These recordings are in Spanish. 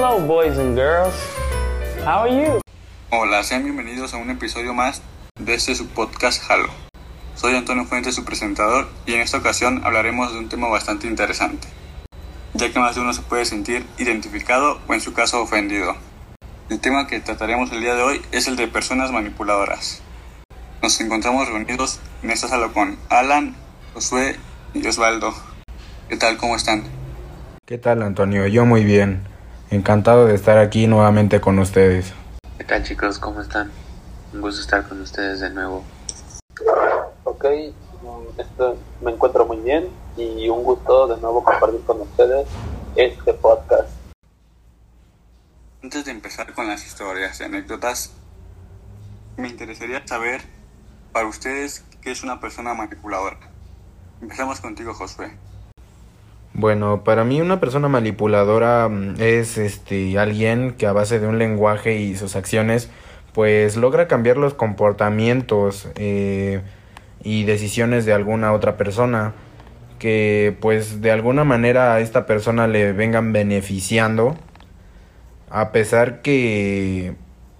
Hello, boys and girls. How are you? Hola, sean bienvenidos a un episodio más de su podcast Halo. Soy Antonio Fuentes, su presentador, y en esta ocasión hablaremos de un tema bastante interesante, ya que más de uno se puede sentir identificado o en su caso ofendido. El tema que trataremos el día de hoy es el de personas manipuladoras. Nos encontramos reunidos en esta sala con Alan, Josué y Osvaldo. ¿Qué tal? ¿Cómo están? ¿Qué tal, Antonio? Yo muy bien. Encantado de estar aquí nuevamente con ustedes. ¿Qué tal, chicos? ¿Cómo están? Un gusto estar con ustedes de nuevo. Ok, me encuentro muy bien y un gusto de nuevo compartir con ustedes este podcast. Antes de empezar con las historias y anécdotas, me interesaría saber para ustedes qué es una persona manipuladora. Empezamos contigo, Josué. Bueno, para mí una persona manipuladora es alguien que a base de un lenguaje y sus acciones pues logra cambiar los comportamientos y decisiones de alguna otra persona, que pues de alguna manera a esta persona le vengan beneficiando, a pesar de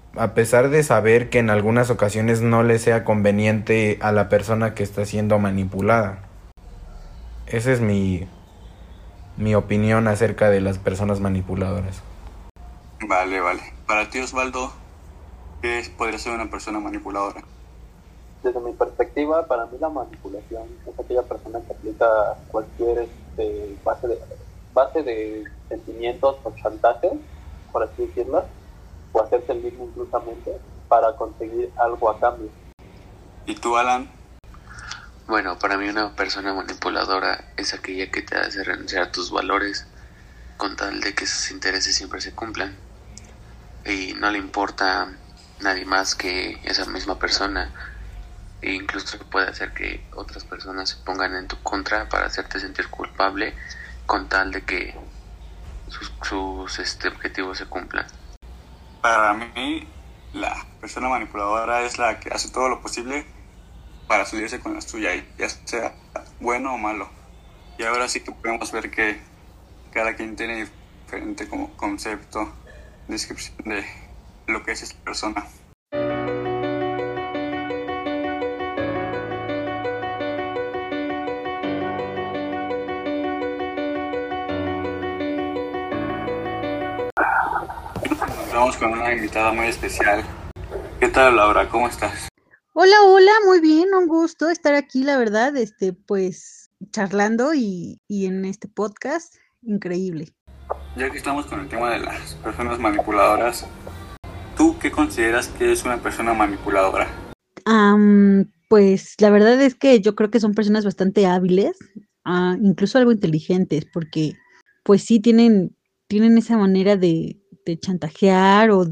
saber que en algunas ocasiones no le sea conveniente a la persona que está siendo manipulada. Esa es mi opinión acerca de las personas manipuladoras. Vale. Para ti, Osvaldo, ¿qué podría ser una persona manipuladora? Desde mi perspectiva, para mí la manipulación es aquella persona que aplica cualquier base de sentimientos o chantaje, por así decirlo, o hacerse el mismo inclusamente para conseguir algo a cambio. ¿Y tú, Alan? Bueno, para mí una persona manipuladora es aquella que te hace renunciar a tus valores con tal de que sus intereses siempre se cumplan y no le importa nadie más que esa misma persona, e incluso puede hacer que otras personas se pongan en tu contra para hacerte sentir culpable con tal de que sus objetivos se cumplan. Para mí, la persona manipuladora es la que hace todo lo posible para salirse con la suya, ya sea bueno o malo. Y ahora sí que podemos ver que cada quien tiene diferente como concepto, descripción de lo que es esta persona. Nos encontramos con una invitada muy especial. ¿Qué tal, Laura? ¿Cómo estás? Hola, muy bien, un gusto estar aquí, la verdad, pues charlando y en este podcast, increíble. Ya que estamos con el tema de las personas manipuladoras, ¿tú qué consideras que es una persona manipuladora? Pues la verdad es que yo creo que son personas bastante hábiles, incluso algo inteligentes, porque pues sí tienen esa manera de chantajear o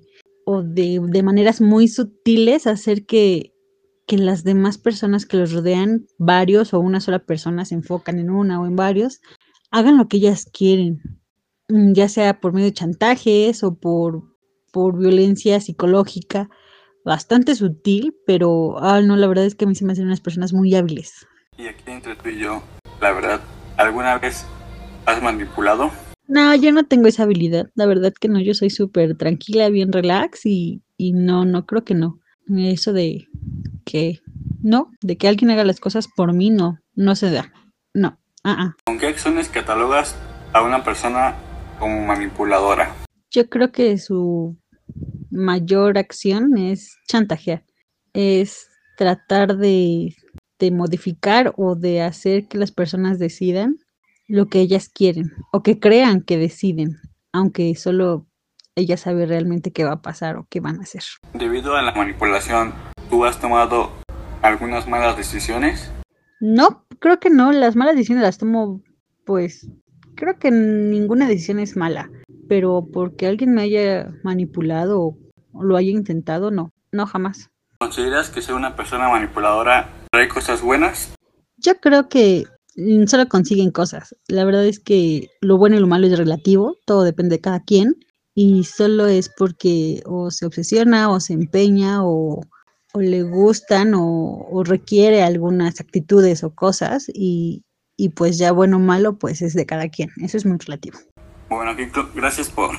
de maneras muy sutiles hacer que las demás personas que los rodean, varios o una sola persona se enfocan en una o en varios, hagan lo que ellas quieren, ya sea por medio de chantajes o por violencia psicológica, bastante sutil, pero no, la verdad es que a mí se me hacen unas personas muy hábiles. Y aquí entre tú y yo, la verdad, ¿alguna vez has manipulado? No, yo no tengo esa habilidad, la verdad que no, yo soy súper tranquila, bien relax y no creo que no. Eso de que alguien haga las cosas por mí, no se da, no. ¿Con qué acciones catalogas a una persona como manipuladora? Yo creo que su mayor acción es chantajear, es tratar de modificar o de hacer que las personas decidan lo que ellas quieren o que crean que deciden, aunque solo ella sabe realmente qué va a pasar o qué van a hacer. Debido a la manipulación, ¿tú has tomado algunas malas decisiones? No, creo que no, las malas decisiones las tomo, pues, creo que ninguna decisión es mala, pero porque alguien me haya manipulado o lo haya intentado, no, jamás. ¿Consideras que ser una persona manipuladora trae cosas buenas? Yo creo que solo consiguen cosas. La verdad es que lo bueno y lo malo es relativo, todo depende de cada quien y solo es porque o se obsesiona o se empeña o le gustan o requiere algunas actitudes o cosas y pues ya bueno o malo pues es de cada quien. Eso es muy relativo. Bueno, gracias por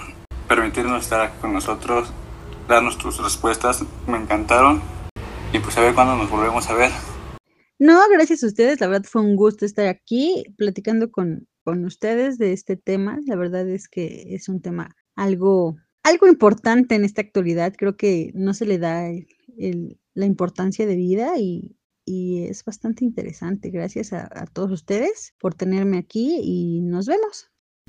permitirnos estar aquí con nosotros, darnos tus respuestas, me encantaron. Y pues a ver cuándo nos volvemos a ver. No, gracias a ustedes, la verdad fue un gusto estar aquí platicando con ustedes de este tema. La verdad es que es un tema algo importante en esta actualidad. Creo que no se le da la importancia de vida y es bastante interesante. Gracias a todos ustedes por tenerme aquí y nos vemos.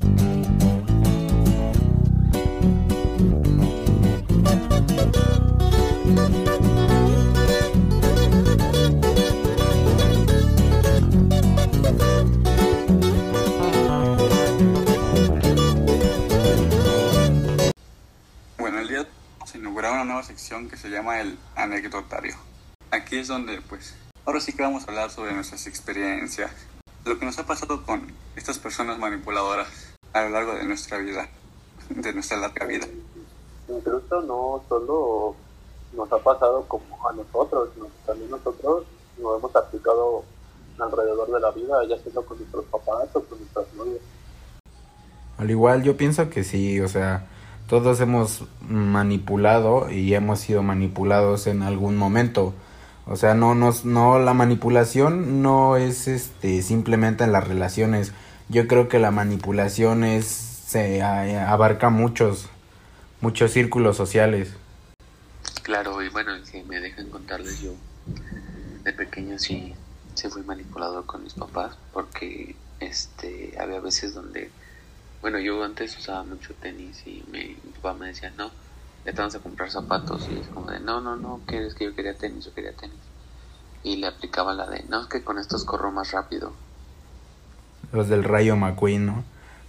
Bueno, el día se inauguraba una nueva sección que se llama el anecdotario. Aquí es donde, pues, ahora sí que vamos a hablar sobre nuestras experiencias, lo que nos ha pasado con estas personas manipuladoras a lo largo de nuestra vida, de nuestra larga vida. Incluso no solo nos ha pasado como a nosotros, también nosotros nos hemos aplicado alrededor de la vida, ya sea con nuestros papás o con nuestras novias. Al igual, yo pienso que sí, o sea, todos hemos manipulado y hemos sido manipulados en algún momento. O sea, no, la manipulación no es simplemente en las relaciones. Yo creo que la manipulación abarca muchos círculos sociales. Claro, y bueno, si me dejan contarles, yo de pequeño sí fui manipulado con mis papás, porque había veces donde, bueno, yo antes usaba mucho tenis y mi papá me decía, no, ya te vamos a comprar zapatos, y es como de, no, que es que yo quería tenis, y le aplicaba la de, no, es que con estos corro más rápido. Los del Rayo McQueen, ¿no?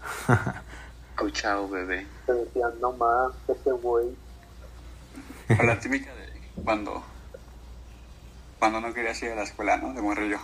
Chao, bebé. Te decían, no más, ese güey. O la típica de cuando no querías ir a la escuela, ¿no? De morrillo.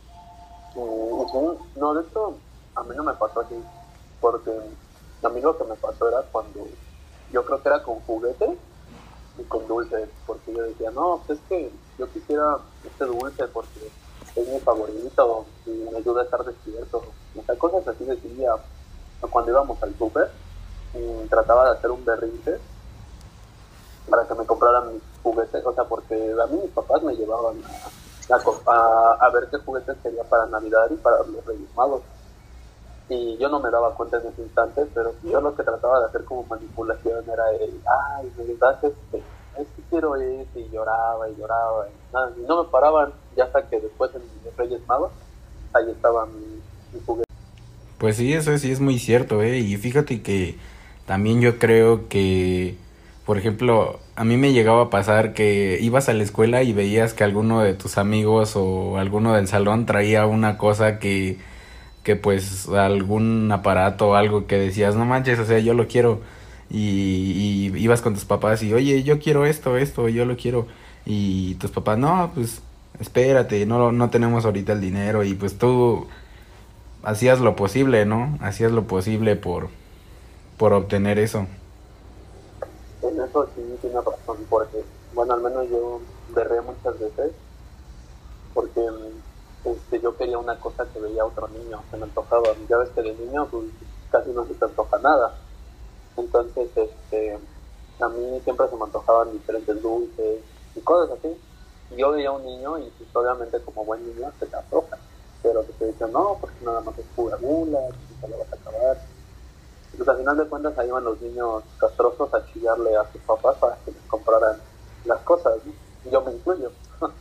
No, de hecho, a mí no me pasó así, porque a mí lo que me pasó era cuando, yo creo que era con juguetes y con dulces, porque yo decía, no, pues es que yo quisiera este dulce porque es mi favorito y me ayuda a estar despierto. O sea, cosas así decía. Cuando íbamos al súper, trataba de hacer un berrinche para que me compraran mis juguetes, o sea, porque a mí mis papás me llevaban a ver qué juguetes quería para Navidad y para los Reyes Magos. Y yo no me daba cuenta en ese instante, pero yo lo que trataba de hacer como manipulación era me das es que quiero ese, y lloraba, y nada, y no me paraban, ya hasta que después en los Reyes Magos, ahí estaba mi juguete. Pues sí, eso sí es muy cierto, y fíjate que también yo creo que, por ejemplo, a mí me llegaba a pasar que ibas a la escuela y veías que alguno de tus amigos o alguno del salón traía una cosa que pues algún aparato o algo que decías, no manches, o sea, yo lo quiero, y ibas con tus papás y, oye, yo quiero esto, yo lo quiero, y tus papás, no, pues espérate, no tenemos ahorita el dinero, y pues tú hacías lo posible, ¿no? Hacías lo posible por obtener eso. En eso sí tiene razón, porque, bueno, al menos yo berré muchas veces, porque yo quería una cosa que veía a otro niño, se me antojaba. Ya ves que de niño pues, casi no se te antoja nada. Entonces, a mí siempre se me antojaban diferentes dulces y cosas así. Y yo veía a un niño y pues, obviamente como buen niño se te antoja. Pero te dicen, no, porque nada más es pura gula, y te lo vas a acabar. Y pues al final de cuentas ahí iban los niños castrosos a chillarle a sus papás para que les compraran las cosas, ¿no? Y yo me incluyo.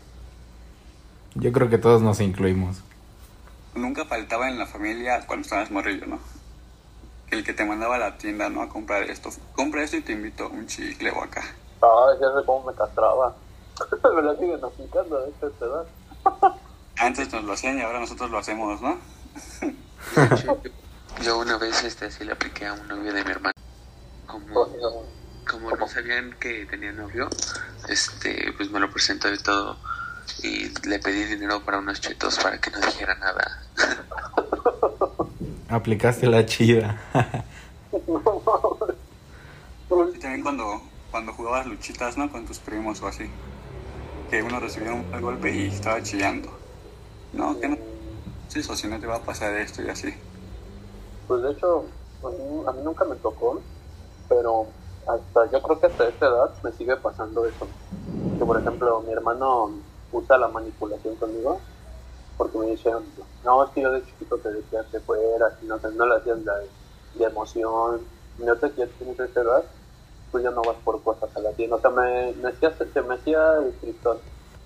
Yo creo que todos nos incluimos. Nunca faltaba en la familia cuando estabas morrillo, ¿no? El que te mandaba a la tienda, ¿no? A comprar esto. Compra esto y te invito a un chicle o acá. Ay, ya sé cómo me castraba. Me la siguen aplicando a esta edad. Antes nos lo hacían y ahora nosotros lo hacemos, ¿no? Yo una vez sí le apliqué a un novio de mi hermano. Como no sabían que tenía novio, pues me lo presentó y todo. Y le pedí dinero para unos chetos para que no dijera nada. Aplicaste la chida. Y también cuando jugabas luchitas, ¿no? Con tus primos o así. Que uno recibía un mal golpe y estaba chillando. No, que no. Sí, eso, si no te va a pasar esto y así. Pues de hecho, a mí nunca me tocó, pero hasta yo creo que hasta esta edad me sigue pasando eso. Que por ejemplo mi hermano usa la manipulación conmigo porque me dice, no, es que yo de chiquito te decía que fueras y no le hacías de emoción. Y ahorita que ya tienes esta edad, pues ya no vas por cosas a la tienda. O sea, se me hacía el tristón.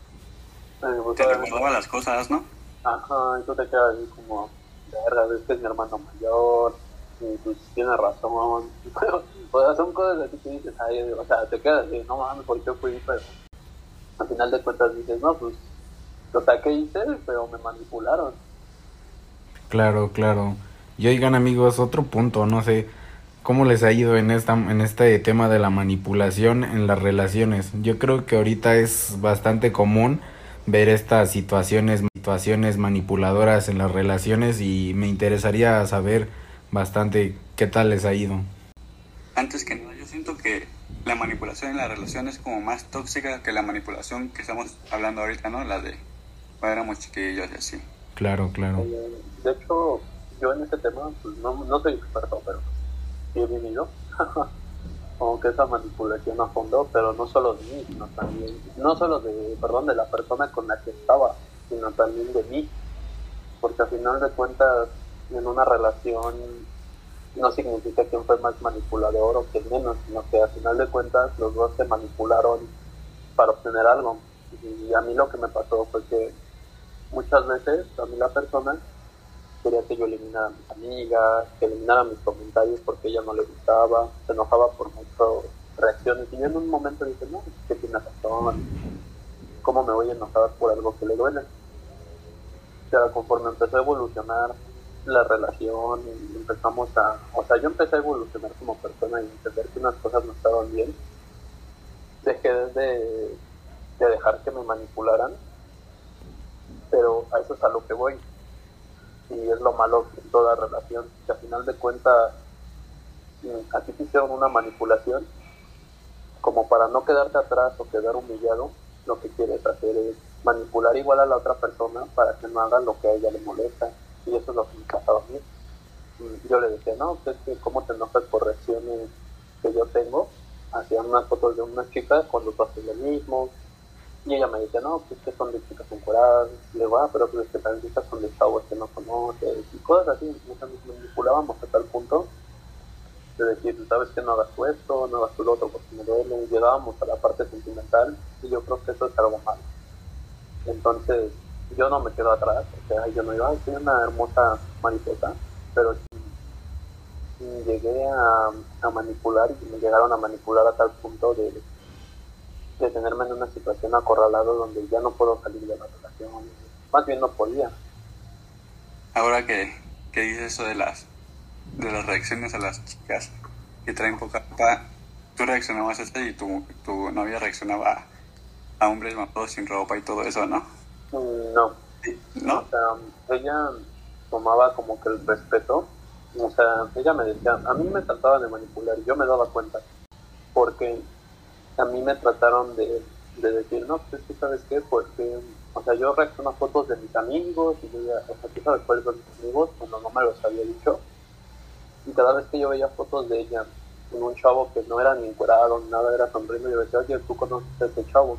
Te recordaba las cosas, ¿no? Ajá, y tú te quedas así como, verga, ves que es mi hermano mayor, y pues tiene razón. O sea, son cosas así que dices, ay, o sea, te quedas así, no mames, ¿por qué fui? Pero al final de cuentas dices, no, pues, o sea, ¿qué hice? Pero me manipularon. Claro, claro. Y oigan amigos, otro punto, no sé cómo les ha ido en este tema de la manipulación en las relaciones. Yo creo que ahorita es bastante común ver estas situaciones manipuladoras en las relaciones y me interesaría saber bastante qué tal les ha ido. Antes que nada, yo siento que la manipulación en la relación es como más tóxica que la manipulación que estamos hablando ahorita, ¿no? La de cuando éramos chiquillos y así. Claro, claro. De hecho, yo en este tema, pues no soy experto, pero sí he vivido como que esa manipulación a fondo, pero no solo de mí, sino también, no solo de la persona con la que estaba, sino también de mí, porque al final de cuentas, en una relación no significa quién fue más manipulador o quién menos, sino que al final de cuentas los dos se manipularon para obtener algo. Y a mí lo que me pasó fue que muchas veces a mí la persona quería que yo eliminara a mis amigas, que eliminara mis comentarios porque a ella no le gustaba, se enojaba por muchas reacciones. Y yo en un momento dije, no, es que tiene razón, ¿cómo me voy a enojar por algo que le duele? O sea, conforme empezó a evolucionar la relación, y empezamos o sea, yo empecé a evolucionar como persona y entender que unas cosas no estaban bien, dejé de dejar que me manipularan, pero a eso es a lo que voy. Y es lo malo en toda relación, que al final de cuentas a ti te hicieron una manipulación, como para no quedarte atrás o quedar humillado, lo que quieres hacer es manipular igual a la otra persona para que no haga lo que a ella le molesta, y eso es lo que me pasaba a mí. Yo le decía, no, pues es que cómo te enojas por reacciones que yo tengo, hacían unas fotos de unas chicas cuando tú haces lo mismo. Y ella me decía, no, pues que son de chicas encueradas. Le digo, pero pues que también estas son de chavos que no conoces. Y cosas así, nos manipulábamos a tal punto de decir, sabes que no hagas tú esto, no hagas tú lo otro porque me duele. Llegábamos a la parte sentimental y yo creo que eso es algo malo. Entonces, yo no me quedo atrás, o sea, yo no iba, soy una hermosa mariposa, pero sí llegué a manipular y me llegaron a manipular a tal punto de tenerme en una situación acorralado donde ya no puedo salir de la relación, más bien no podía. Ahora que dices eso de las reacciones a las chicas que traen poca ropa, tú reaccionabas a eso y tu novia reaccionaba a hombres mamados sin ropa y todo eso, ¿no? No. ¿No? O sea, ella tomaba como que el respeto, o sea, ella me decía, a mí me trataba de manipular y yo me daba cuenta, porque a mí me trataron de decir, no, pues tú sabes qué, porque, o sea, yo reacciono a fotos de mis amigos y yo ya, o sea, tú sabes cuáles son mis amigos, cuando no me los había dicho, y cada vez que yo veía fotos de ella con un chavo que no era ni encuerado ni nada, era sonriendo, yo decía, oye, ¿tú conoces a ese chavo?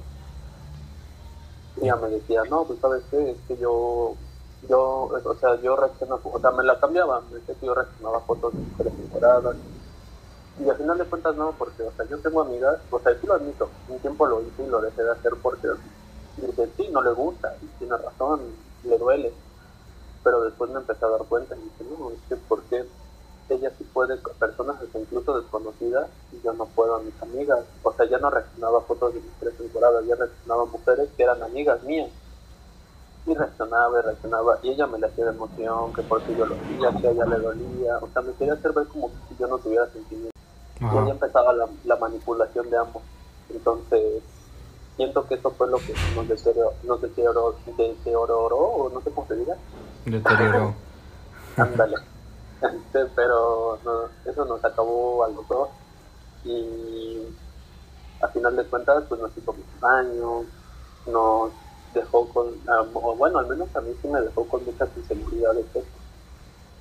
Y ella me decía, no, pues sabes qué, es que yo reacciono, o sea, me la cambiaba, me decía que yo reaccionaba a fotos de mujeres encueradas. Y al final de cuentas no, porque, o sea, yo tengo amigas, o sea, sí lo admito, un tiempo lo hice y lo dejé de hacer porque dije, sí, no le gusta, y tiene razón, le duele, pero después me empecé a dar cuenta y dije, no, es que ¿por qué ella sí puede, personas incluso desconocidas, y yo no puedo a mis amigas? O sea, ya no reaccionaba a fotos de mujeres encueradas, ya reaccionaba a mujeres que eran amigas mías, y reaccionaba, y ella me le hacía de emoción, que porque yo lo hacía, que a ella le dolía, o sea, me quería hacer ver como si yo no tuviera sentimientos. Y ahí empezaba la manipulación de ambos. Entonces, siento que eso fue lo que nos deterioró, o no sé cómo se diga. Deterioró. Ándale. Pero no, eso nos acabó a los dos. Y a final de cuentas, pues nos hizo muchos daños, nos dejó con, bueno, al menos a mí sí me dejó con muchas inseguridades.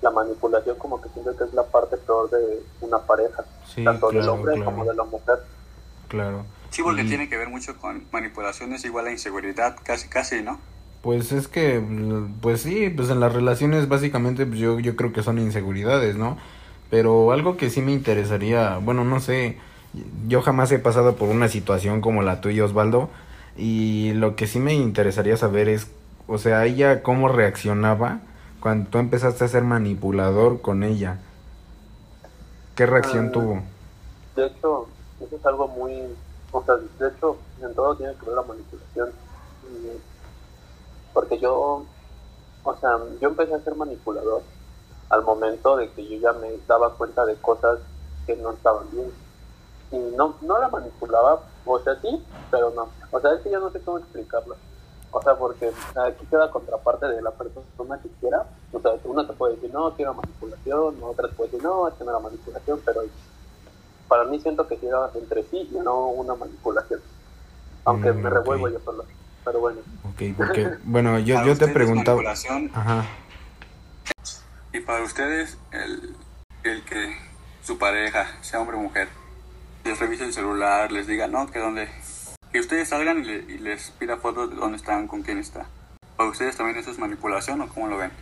la manipulación como que siento que es la parte peor de una pareja, Sí, tanto del claro, hombre claro. como de la mujer. Claro. Sí, porque Y, tiene que ver mucho con manipulaciones igual a inseguridad, casi, ¿no? pues es que, pues sí, pues en las relaciones básicamente pues yo creo que son inseguridades, ¿no? Pero algo que sí me interesaría, bueno, no sé, yo jamás he pasado por una situación como la tuya, Osvaldo, y lo que sí me interesaría saber es, o sea, ella cómo reaccionaba cuando tú empezaste a ser manipulador con ella. ¿Qué reacción Ah, tuvo? de hecho, eso es algo muy, o sea, de hecho, en todo tiene que ver la manipulación. Y- Porque o sea, yo empecé a ser manipulador al momento de que yo ya me daba cuenta de cosas que no estaban bien. Y no la manipulaba, o sea, sí, pero no. O sea, es que yo no sé cómo explicarlo. O sea, porque aquí queda contraparte de la persona que quiera. O sea, una te puede decir, no, quiero manipulación, otra te puede decir, no, es que no era manipulación, pero para mí siento que sí era entre sí y no una manipulación. Aunque me Ok, revuelvo yo solo. Pero bueno. ok, porque, bueno, Para yo te ustedes preguntaba, manipulación ajá, y para ustedes el que su pareja, sea hombre o mujer, les revise el celular, les diga, no, que ustedes salgan y les pida fotos de dónde están, con quién está. ¿Para ustedes también eso es manipulación o cómo lo ven?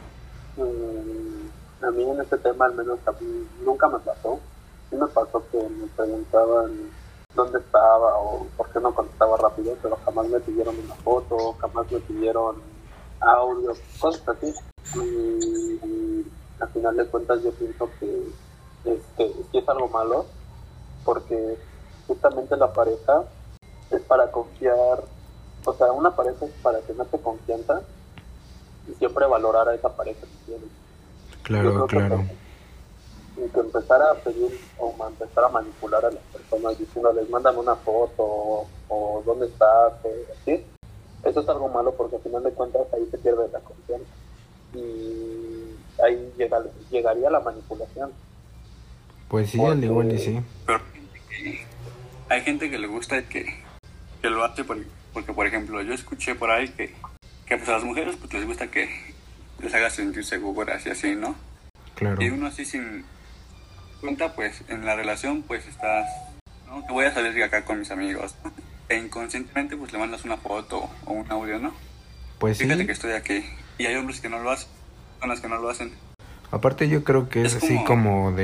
A mí en este tema al menos a mí nunca me pasó. Sí me pasó que me preguntaban dónde estaba o por qué no contestaba rápido, pero jamás me pidieron una foto, jamás me pidieron audio, cosas así. Y al final de cuentas yo pienso que sí es algo malo, porque justamente la pareja es para confiar, o sea, una pareja es para tenerte confianza y siempre valorar a esa pareja que tienes. Yo claro, creo claro. que empezar a pedir o empezar a manipular a las personas diciéndoles, mándame una foto o dónde estás, o así, eso es algo malo porque al final de cuentas ahí se pierde la confianza y ahí llegaría la manipulación. Pues sí, al igual y Porque sí. Pero hay gente que le gusta que lo hace porque, por ejemplo, yo escuché por ahí que pues a las mujeres pues les gusta que les haga sentir seguras y así, ¿no? Claro. Y uno así sin cuenta, pues en la relación pues estás, ¿no? Que voy a salir acá con mis amigos, ¿no? E inconscientemente pues le mandas una foto o un audio, ¿no? Pues Fíjate sí. que estoy aquí. Y hay hombres que no lo hacen, personas que no lo hacen. Aparte yo creo que es Es así como,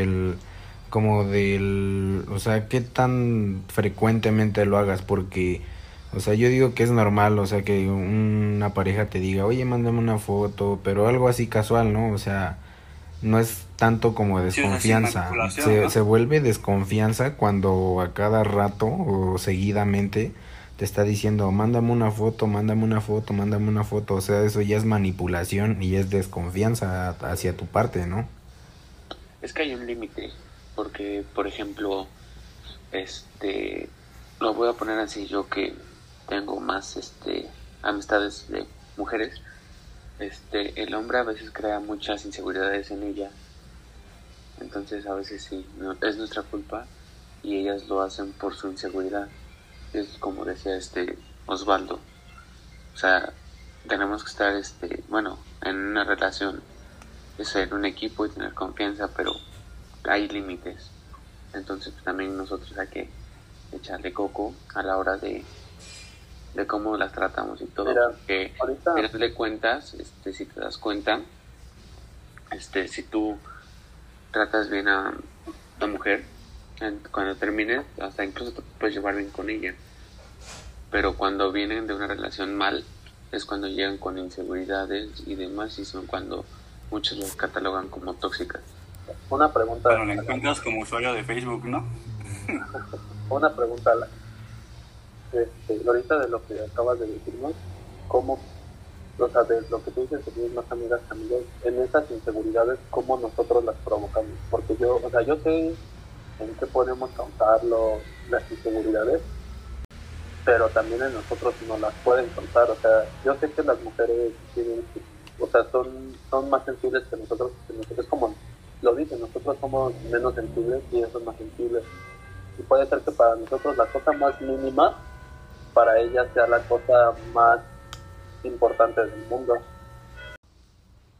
o sea, qué tan frecuentemente lo hagas, porque, o sea, yo digo que es normal, o sea, que una pareja te diga, oye, mándame una foto, pero algo así casual, ¿no? O sea, no es tanto como sí, o sea, sin desconfianza, manipulación, ¿no? se vuelve desconfianza cuando a cada rato o seguidamente te está diciendo, mándame una foto, mándame una foto, mándame una foto, o sea, eso ya es manipulación y es desconfianza hacia tu parte, ¿no? Es que hay un límite, porque, por ejemplo, lo voy a poner así, yo que tengo más, amistades de mujeres, el hombre a veces crea muchas inseguridades en ella, entonces a veces sí, no, es nuestra culpa y ellas lo hacen por su inseguridad. Es como decía Osvaldo, o sea, tenemos que estar, bueno, en una relación, es ser un equipo y tener confianza, pero hay límites. Entonces pues, también nosotros hay que echarle coco a la hora de cómo las tratamos y todo. Mira, Porque ahorita, al final de cuentas, si te das cuenta, si tú tratas bien a la mujer, cuando termines, hasta incluso te puedes llevar bien con ella. Pero cuando vienen de una relación mal, es cuando llegan con inseguridades y demás, y son cuando muchos las catalogan como tóxicas. una pregunta, Bueno, la encuentras como usuario de Facebook, ¿no? una pregunta, Alan. Ahorita de lo que acabas de decirnos, ¿cómo, o sea, de lo que tú dices que tienes más amigas que amigos, en esas inseguridades, cómo nosotros las provocamos? Porque o sea, yo sé en qué podemos causarlo, las inseguridades, pero también en nosotros nos las pueden contar. O sea, yo sé que las mujeres tienen, o sea, son más sensibles que nosotros como lo dicen, nosotros somos menos sensibles y ellos son más sensibles. Y puede ser que para nosotros la cosa más mínima, para ellas sea la cosa más importante del mundo.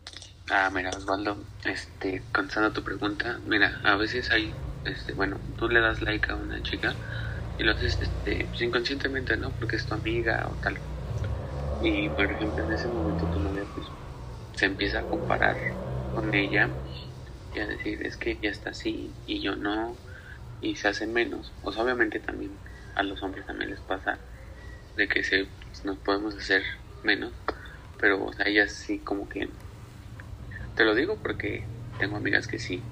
Mira, Osvaldo, contestando tu pregunta, mira, a veces hay, bueno, tú le das like a una chica y lo haces, pues inconscientemente, ¿no? Porque es tu amiga o tal. Y, por ejemplo, en ese momento tu novia, pues, se empieza a comparar con ella y a decir, es que ella está así y yo no, y se hace menos. O sea, obviamente también a los hombres también les pasa de que nos podemos hacer menos, pero, o sea, ellas sí como que... Te lo digo porque tengo amigas que sí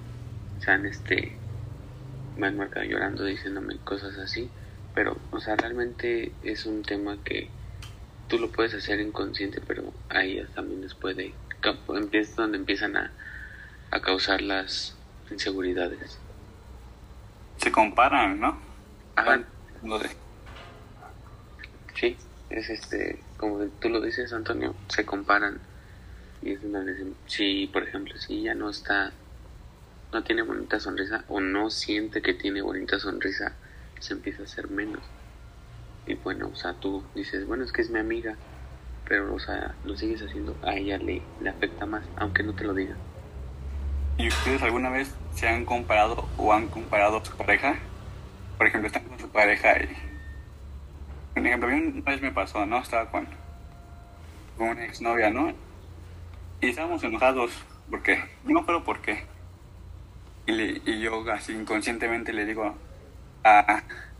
me han marcado llorando diciéndome cosas así, pero, o sea, realmente es un tema que tú lo puedes hacer inconsciente, pero a ellas también les puede, es donde empiezan a causar las inseguridades. Se comparan, ¿no? Ajá. No sé. Sí, es como tú lo dices, Antonio, se comparan. Y es una si, por ejemplo, si ella no tiene bonita sonrisa o no siente que tiene bonita sonrisa, se empieza a hacer menos. Y bueno, o sea, tú dices, bueno, es que es mi amiga, pero, o sea, lo sigues haciendo, a ella le afecta más, aunque no te lo diga. ¿Y ustedes alguna vez se han comparado o han comparado a su pareja? Por ejemplo, están con su pareja y... Por ejemplo, a mí una vez me pasó, ¿no? Estaba con una exnovia, ¿no? Y estábamos enojados, porque no me acuerdo por qué. Y yo así inconscientemente le digo a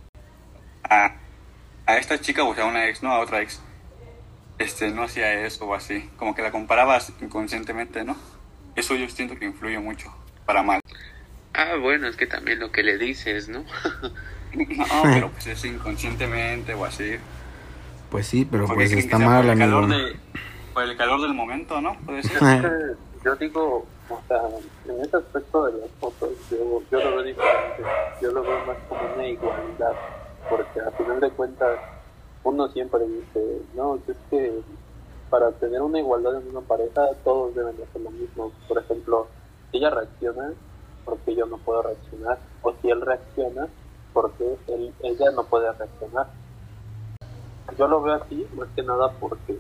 esta chica, o sea, a una ex, no a otra ex, no hacía eso o así. Como que la comparabas inconscientemente, ¿no? Eso yo siento que influye mucho, para mal. Bueno, es que también lo que le dices, ¿no? No, pero pues es inconscientemente o así. Pues sí, pero Porque pues creen está que sea mal, por el amigo. por el calor del momento, ¿no? Puede ser. Es que yo digo, o sea, en ese aspecto de las fotos, yo lo veo diferente. Yo lo veo más como una igualdad, porque a final de cuentas, uno siempre dice, no, es que para tener una igualdad en una pareja, todos deben de hacer lo mismo. Por ejemplo, si ella reacciona, porque yo no puedo reaccionar, o si él reacciona, porque ella no puede reaccionar. Yo lo veo así, más que nada porque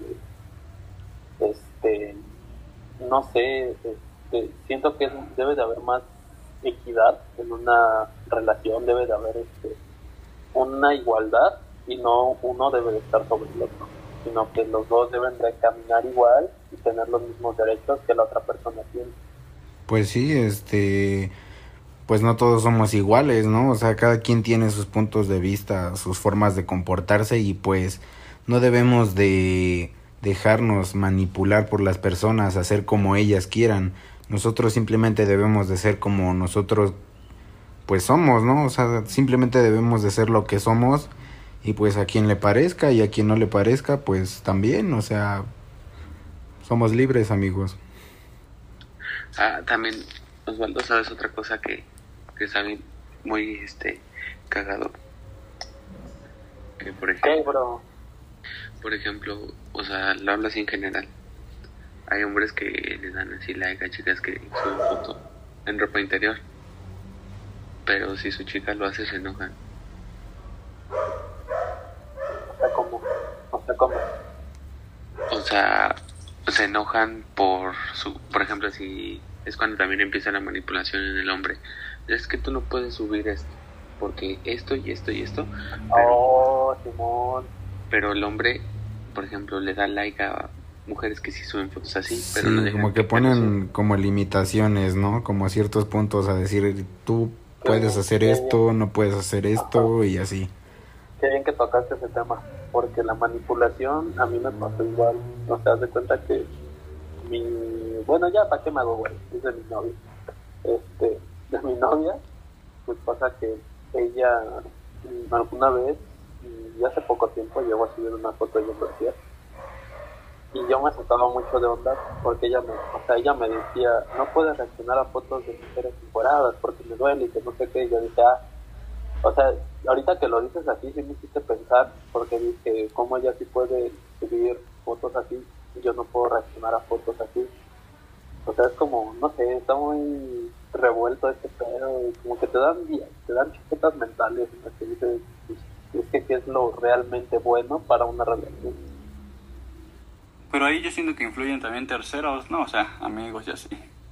no sé, siento que debe de haber más equidad en una relación, debe de haber una igualdad y no uno debe de estar sobre el otro, sino que los dos deben de caminar igual y tener los mismos derechos que la otra persona tiene. Pues sí, pues no todos somos iguales, ¿no? O sea, cada quien tiene sus puntos de vista, sus formas de comportarse y pues no debemos de dejarnos manipular por las personas, hacer como ellas quieran. Nosotros simplemente debemos de ser como nosotros pues somos, ¿no? O sea, simplemente debemos de ser lo que somos y pues a quien le parezca y a quien no le parezca, pues también, o sea, somos libres, amigos. También, Osvaldo, ¿sabes otra cosa que sabe muy cagado? Que por ejemplo, o sea, lo hablo así en general. Hay hombres que le dan así like a chicas que suben foto en ropa interior, pero si su chica lo hace se enojan. O sea, se enojan por ejemplo, si es cuando también empieza la manipulación en el hombre. Es que tú no puedes subir esto, porque esto y esto y esto. Simón. Pero el hombre, por ejemplo, le da like a mujeres que sí suben fotos así, pero sí, no dejan como que ponen como limitaciones, ¿no? Como ciertos puntos a decir, tú puedes hacer esto, no puedes hacer esto. Ajá. Y así. Qué bien que tocaste ese tema, porque la manipulación a mí me pasó igual. No te das de cuenta que bueno, ya para qué me hago, güey, es de mi novia. De mi novia, pues pasa que ella alguna vez, y hace poco tiempo, llegó a subir una foto de universidad. Y yo me sacaba mucho de onda porque ella me decía, no puedes reaccionar a fotos de mujeres encueradas porque me duele y que no sé qué. Y yo dije, o sea, ahorita que lo dices así, sí me hiciste pensar, porque dije, ¿cómo ella sí puede subir fotos así y yo no puedo reaccionar a fotos así? O sea, es como, no sé, está muy revuelto este pedo, como que te dan chaquetas mentales en las que dices, es que qué es lo realmente bueno para una relación. Pero ahí yo siento que influyen también terceros, ¿no? O sea, amigos y así.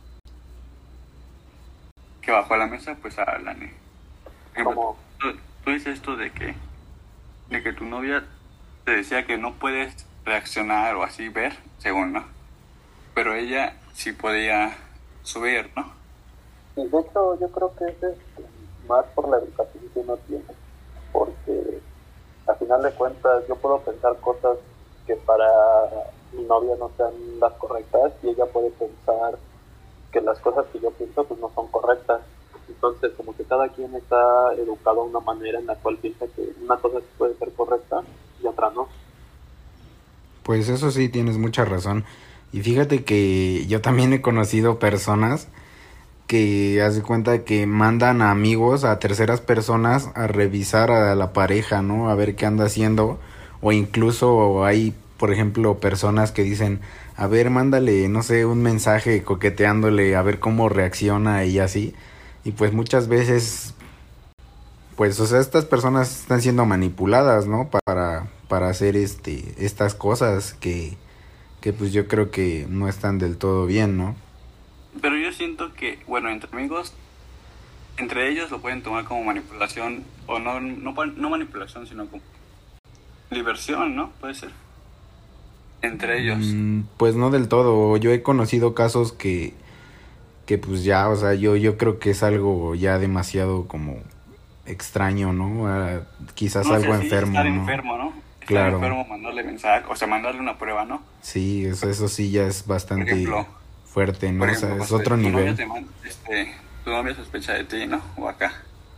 Que bajo la mesa pues hablan. Por ejemplo, Como, tú dices esto de que tu novia te decía que no puedes reaccionar o así ver, según, ¿no? Pero ella sí podía subir, ¿no? y de hecho yo creo que es más por la educación que uno tiene, porque al final de cuentas yo puedo pensar cosas que para mi novia no sean las correctas y ella puede pensar que las cosas que yo pienso pues no son correctas. Entonces como que cada quien está educado de una manera en la cual piensa que una cosa sí puede ser correcta y otra no. Pues eso sí, tienes mucha razón. Y fíjate que yo también he conocido personas que haz de cuenta que mandan a amigos, a terceras personas, a revisar a la pareja, ¿no? A ver qué anda haciendo. O incluso hay, por ejemplo, personas que dicen, a ver, mándale, no sé, un mensaje coqueteándole, a ver cómo reacciona y así. Y pues muchas veces, pues, o sea, estas personas están siendo manipuladas, ¿no? Para hacer estas cosas que pues yo creo que no están del todo bien, ¿no? Pero yo siento que, bueno, entre amigos, entre ellos lo pueden tomar como manipulación, o no manipulación, sino como diversión, ¿no? Puede ser. Entre ellos. Pues no del todo. Yo he conocido casos que pues ya, o sea, yo creo que es algo ya demasiado como extraño, ¿no? Quizás No sé, algo sí, enfermo, estar ¿no? enfermo, ¿no? Estar Claro. enfermo, mandarle mensaje, o sea, mandarle una prueba, ¿no? Sí, eso sí ya es Por bastante ejemplo, fuerte, ¿no? O sea, es otro tu novia nivel. tu novia sospecha de ti, ¿no? O acá.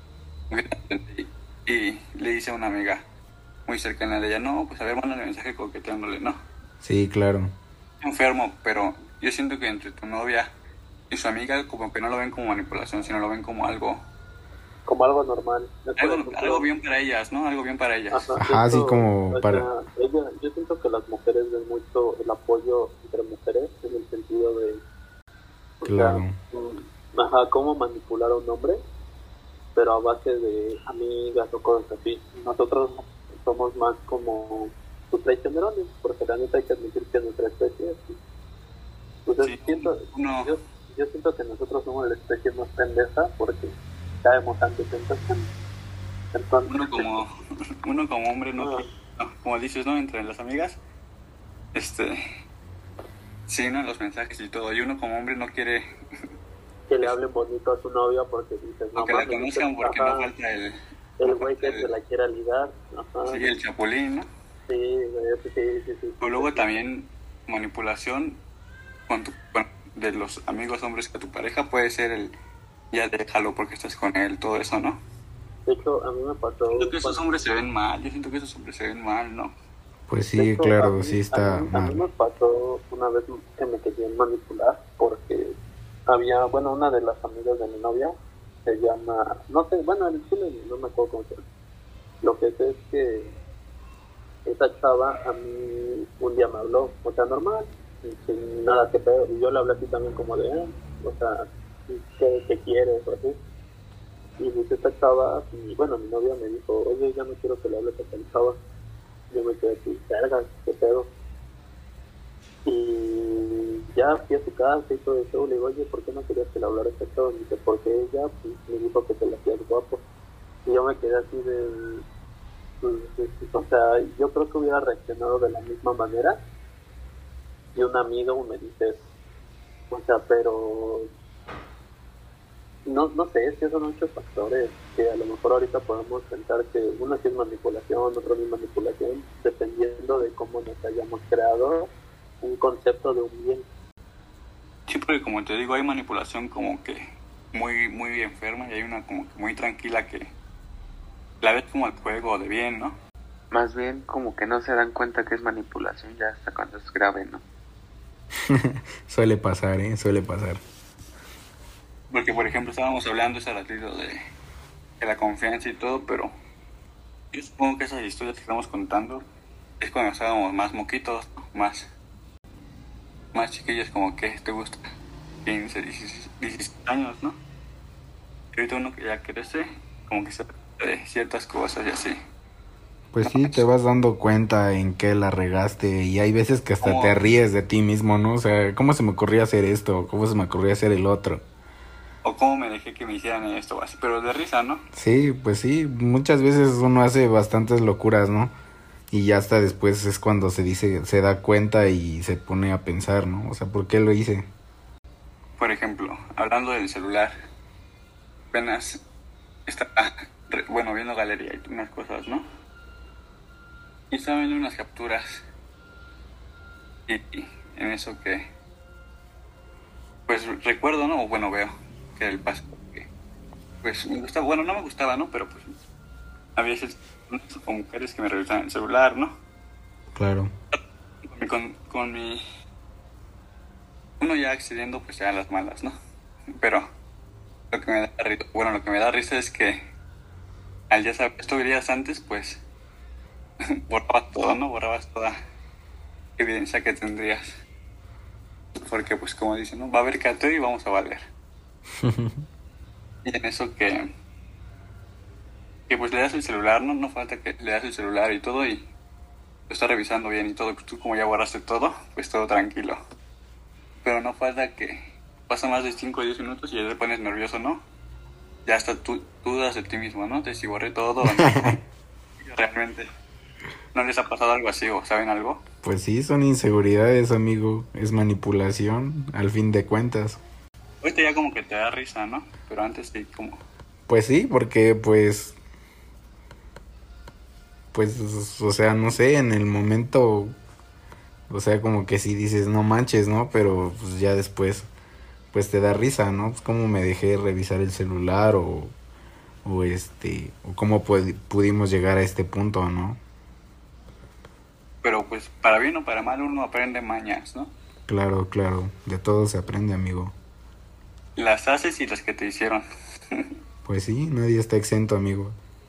Y le dice a una amiga muy cercana de ella, no, pues a ver, mándale mensaje coqueteándole, ¿no? Sí, claro. Enfermo, pero yo siento que entre tu novia y su amiga como que no lo ven como manipulación, sino lo ven como algo normal. Por ejemplo, algo bien para ellas, ¿no? Algo bien para ellas. Ajá, así como o para... sea, yo siento que las mujeres ven mucho el apoyo entre mujeres en el sentido de, o Claro. sea, cómo manipular a un hombre, pero a base de amigas o cosas así. Nosotros somos más como sus traicionerones, porque la neta hay que admitir que nuestra especie es así. Entonces Sí, uno, yo siento que nosotros somos la especie más pendeja porque caemos antes en tentación. Entonces, uno como hombre, no, Ah. no, como dices, ¿no? Entre las amigas, sí, ¿no? Los mensajes y todo. Y uno como hombre no quiere que le hablen bonito a su novia porque dices, no que la mames, conozcan porque no falta el güey que se la quiera ligar. Ajá. sí, el chapulín, ¿no? Sí, güey, sí. O luego también manipulación de los amigos hombres que tu pareja puede ser ya déjalo porque estás con él, todo eso, ¿no? De hecho, a mí me pasó... Siento que esos hombres se ven mal, yo siento que esos hombres se ven mal, ¿no? Pues De sí, hecho, claro, a sí está a mí mal. me pasó una vez que me querían manipular porque había, bueno, una de las amigas de mi novia se llama, no sé, bueno, en Chile no me acuerdo cómo se llama. Lo que sé es que esa chava a mí un día me habló, o sea, normal, sin nada que ver, y yo le hablé así también como de, o sea, ¿qué quieres? O así. Y pues esta chava, y bueno, mi novia me dijo, oye, ya no quiero que le hables a esta chava. Yo me quedé así, verga, qué pedo. Y ya fui a su casa y todo eso, le digo, oye, ¿por qué no querías que le hablara a esta chava? Y dice, porque ella pues, me dijo que te la hacías guapo. Y yo me quedé así o sea, yo creo que hubiera reaccionado de la misma manera. Y un amigo me dice, o sea, pero no sé, es que son muchos factores que a lo mejor ahorita podemos pensar que uno sí es manipulación, otro no es manipulación, dependiendo de cómo nos hayamos creado un concepto de un bien. Sí, porque como te digo, hay manipulación como que muy enferma y hay una como que muy tranquila que la ves como el juego de bien, ¿no? Más bien como que no se dan cuenta que es manipulación ya hasta cuando es grave, ¿no? Suele pasar, suele pasar. Porque, por ejemplo, estábamos hablando ese ratito de la confianza y todo, pero yo supongo que esas historias que estamos contando es cuando estábamos más moquitos, ¿no? Más chiquillos, como que te gusta 15, 16 años, ¿no? Y ahorita uno que ya crece, como que se de ciertas cosas y así. Pues sí, te vas dando cuenta en qué la regaste y hay veces que hasta ¿Cómo? te ríes de ti mismo, ¿no? O sea, ¿cómo se me ocurría hacer esto? ¿Cómo se me ocurría hacer el otro? O cómo me dejé que me hicieran esto o así, pero de risa, ¿no? Sí, pues sí, muchas veces uno hace bastantes locuras, ¿no? Y ya hasta después es cuando se da cuenta y se pone a pensar, ¿no? O sea, ¿por qué lo hice? Por ejemplo, hablando del celular, apenas estaba, viendo galería y unas cosas, ¿no? Y estaba viendo unas capturas y en eso que, pues recuerdo, ¿no? O bueno, veo que el paso, que, pues me gustaba, bueno, no me gustaba, ¿no? Pero pues había o mujeres que me revisaban el celular, ¿no? Claro. Con mi uno ya accediendo pues ya a las malas, ¿no? Pero lo que me da risa es que al ya saber esto días antes, pues borrabas todo, ¿no? Borrabas toda evidencia que tendrías. Porque pues como dicen, ¿no? Va a haber cateo y vamos a valer. Y en eso que pues le das el celular, ¿no? No falta que le das el celular y todo y lo está revisando bien y todo. Pues tú como ya borraste todo, pues todo tranquilo. Pero no falta que pasa más de 5 o 10 minutos y ya te pones nervioso, ¿no? Ya hasta tú dudas de ti mismo, ¿no? De si borré todo o no. Realmente. ¿No les ha pasado algo así o saben algo? Pues sí, son inseguridades, amigo. Es manipulación, al fin de cuentas. Ahorita ya como que te da risa, ¿no? Pero antes sí como... Pues sí, porque pues, o sea, no sé, en el momento, o sea, como que sí dices, no manches, ¿no? Pero pues ya después, pues te da risa, ¿no? Pues cómo me dejé revisar el celular o cómo pudimos llegar a este punto, ¿no? Pero pues para bien o para mal uno aprende mañas, ¿no? Claro, de todo se aprende, amigo. Las haces y las que te hicieron. Pues sí, nadie está exento, amigo.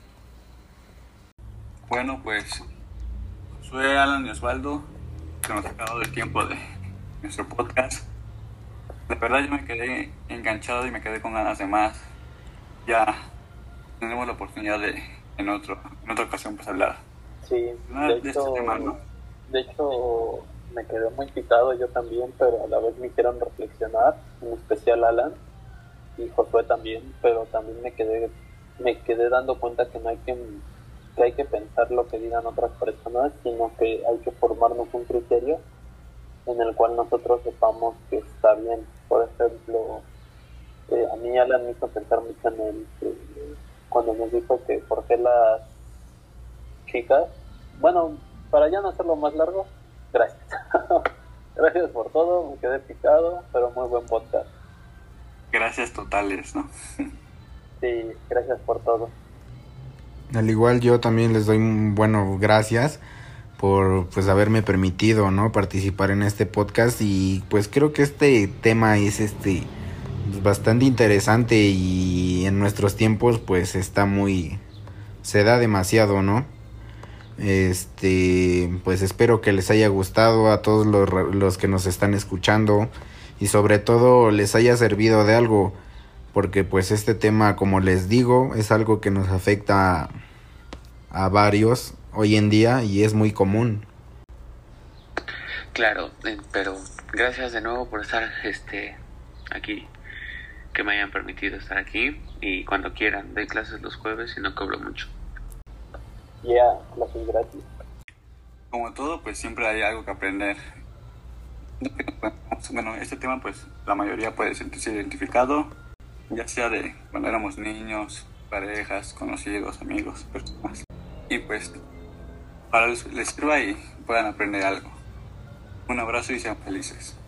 Bueno, pues soy Alan y Osvaldo, que nos ha acabado el tiempo de nuestro podcast. La verdad yo me quedé enganchado y me quedé con ganas de más. Ya tendremos la oportunidad de en otra ocasión pues hablar Sí, de este tema, ¿no? de hecho me quedé muy picado yo también, pero a la vez me hicieron reflexionar, en especial Alan y Josué también, pero también me quedé dando cuenta que no hay que hay que pensar lo que digan otras personas, sino que hay que formarnos un criterio en el cual nosotros sepamos que está bien. Por ejemplo, a mí Alan me hizo pensar mucho en cuando nos dijo que por qué las chicas, bueno, para ya no hacerlo más largo, gracias. Gracias por todo, me quedé picado, pero muy buen podcast. Gracias totales, ¿no? Sí, gracias por todo. Al igual yo también les doy, gracias por pues haberme permitido, ¿no? Participar en este podcast y pues creo que este tema es bastante interesante y en nuestros tiempos pues se da demasiado, ¿no? Pues espero que les haya gustado a todos los que nos están escuchando y sobre todo les haya servido de algo, porque pues este tema, como les digo, es algo que nos afecta a varios hoy en día y es muy común. Claro, pero gracias de nuevo por estar aquí, que me hayan permitido estar aquí, y cuando quieran, doy clases los jueves y no cobro mucho. Clases gratis. Como todo, pues siempre hay algo que aprender. Bueno, este tema pues la mayoría puede sentirse identificado, ya sea de cuando éramos niños, parejas, conocidos, amigos, personas. Y pues para les sirva y puedan aprender algo. Un abrazo y sean felices.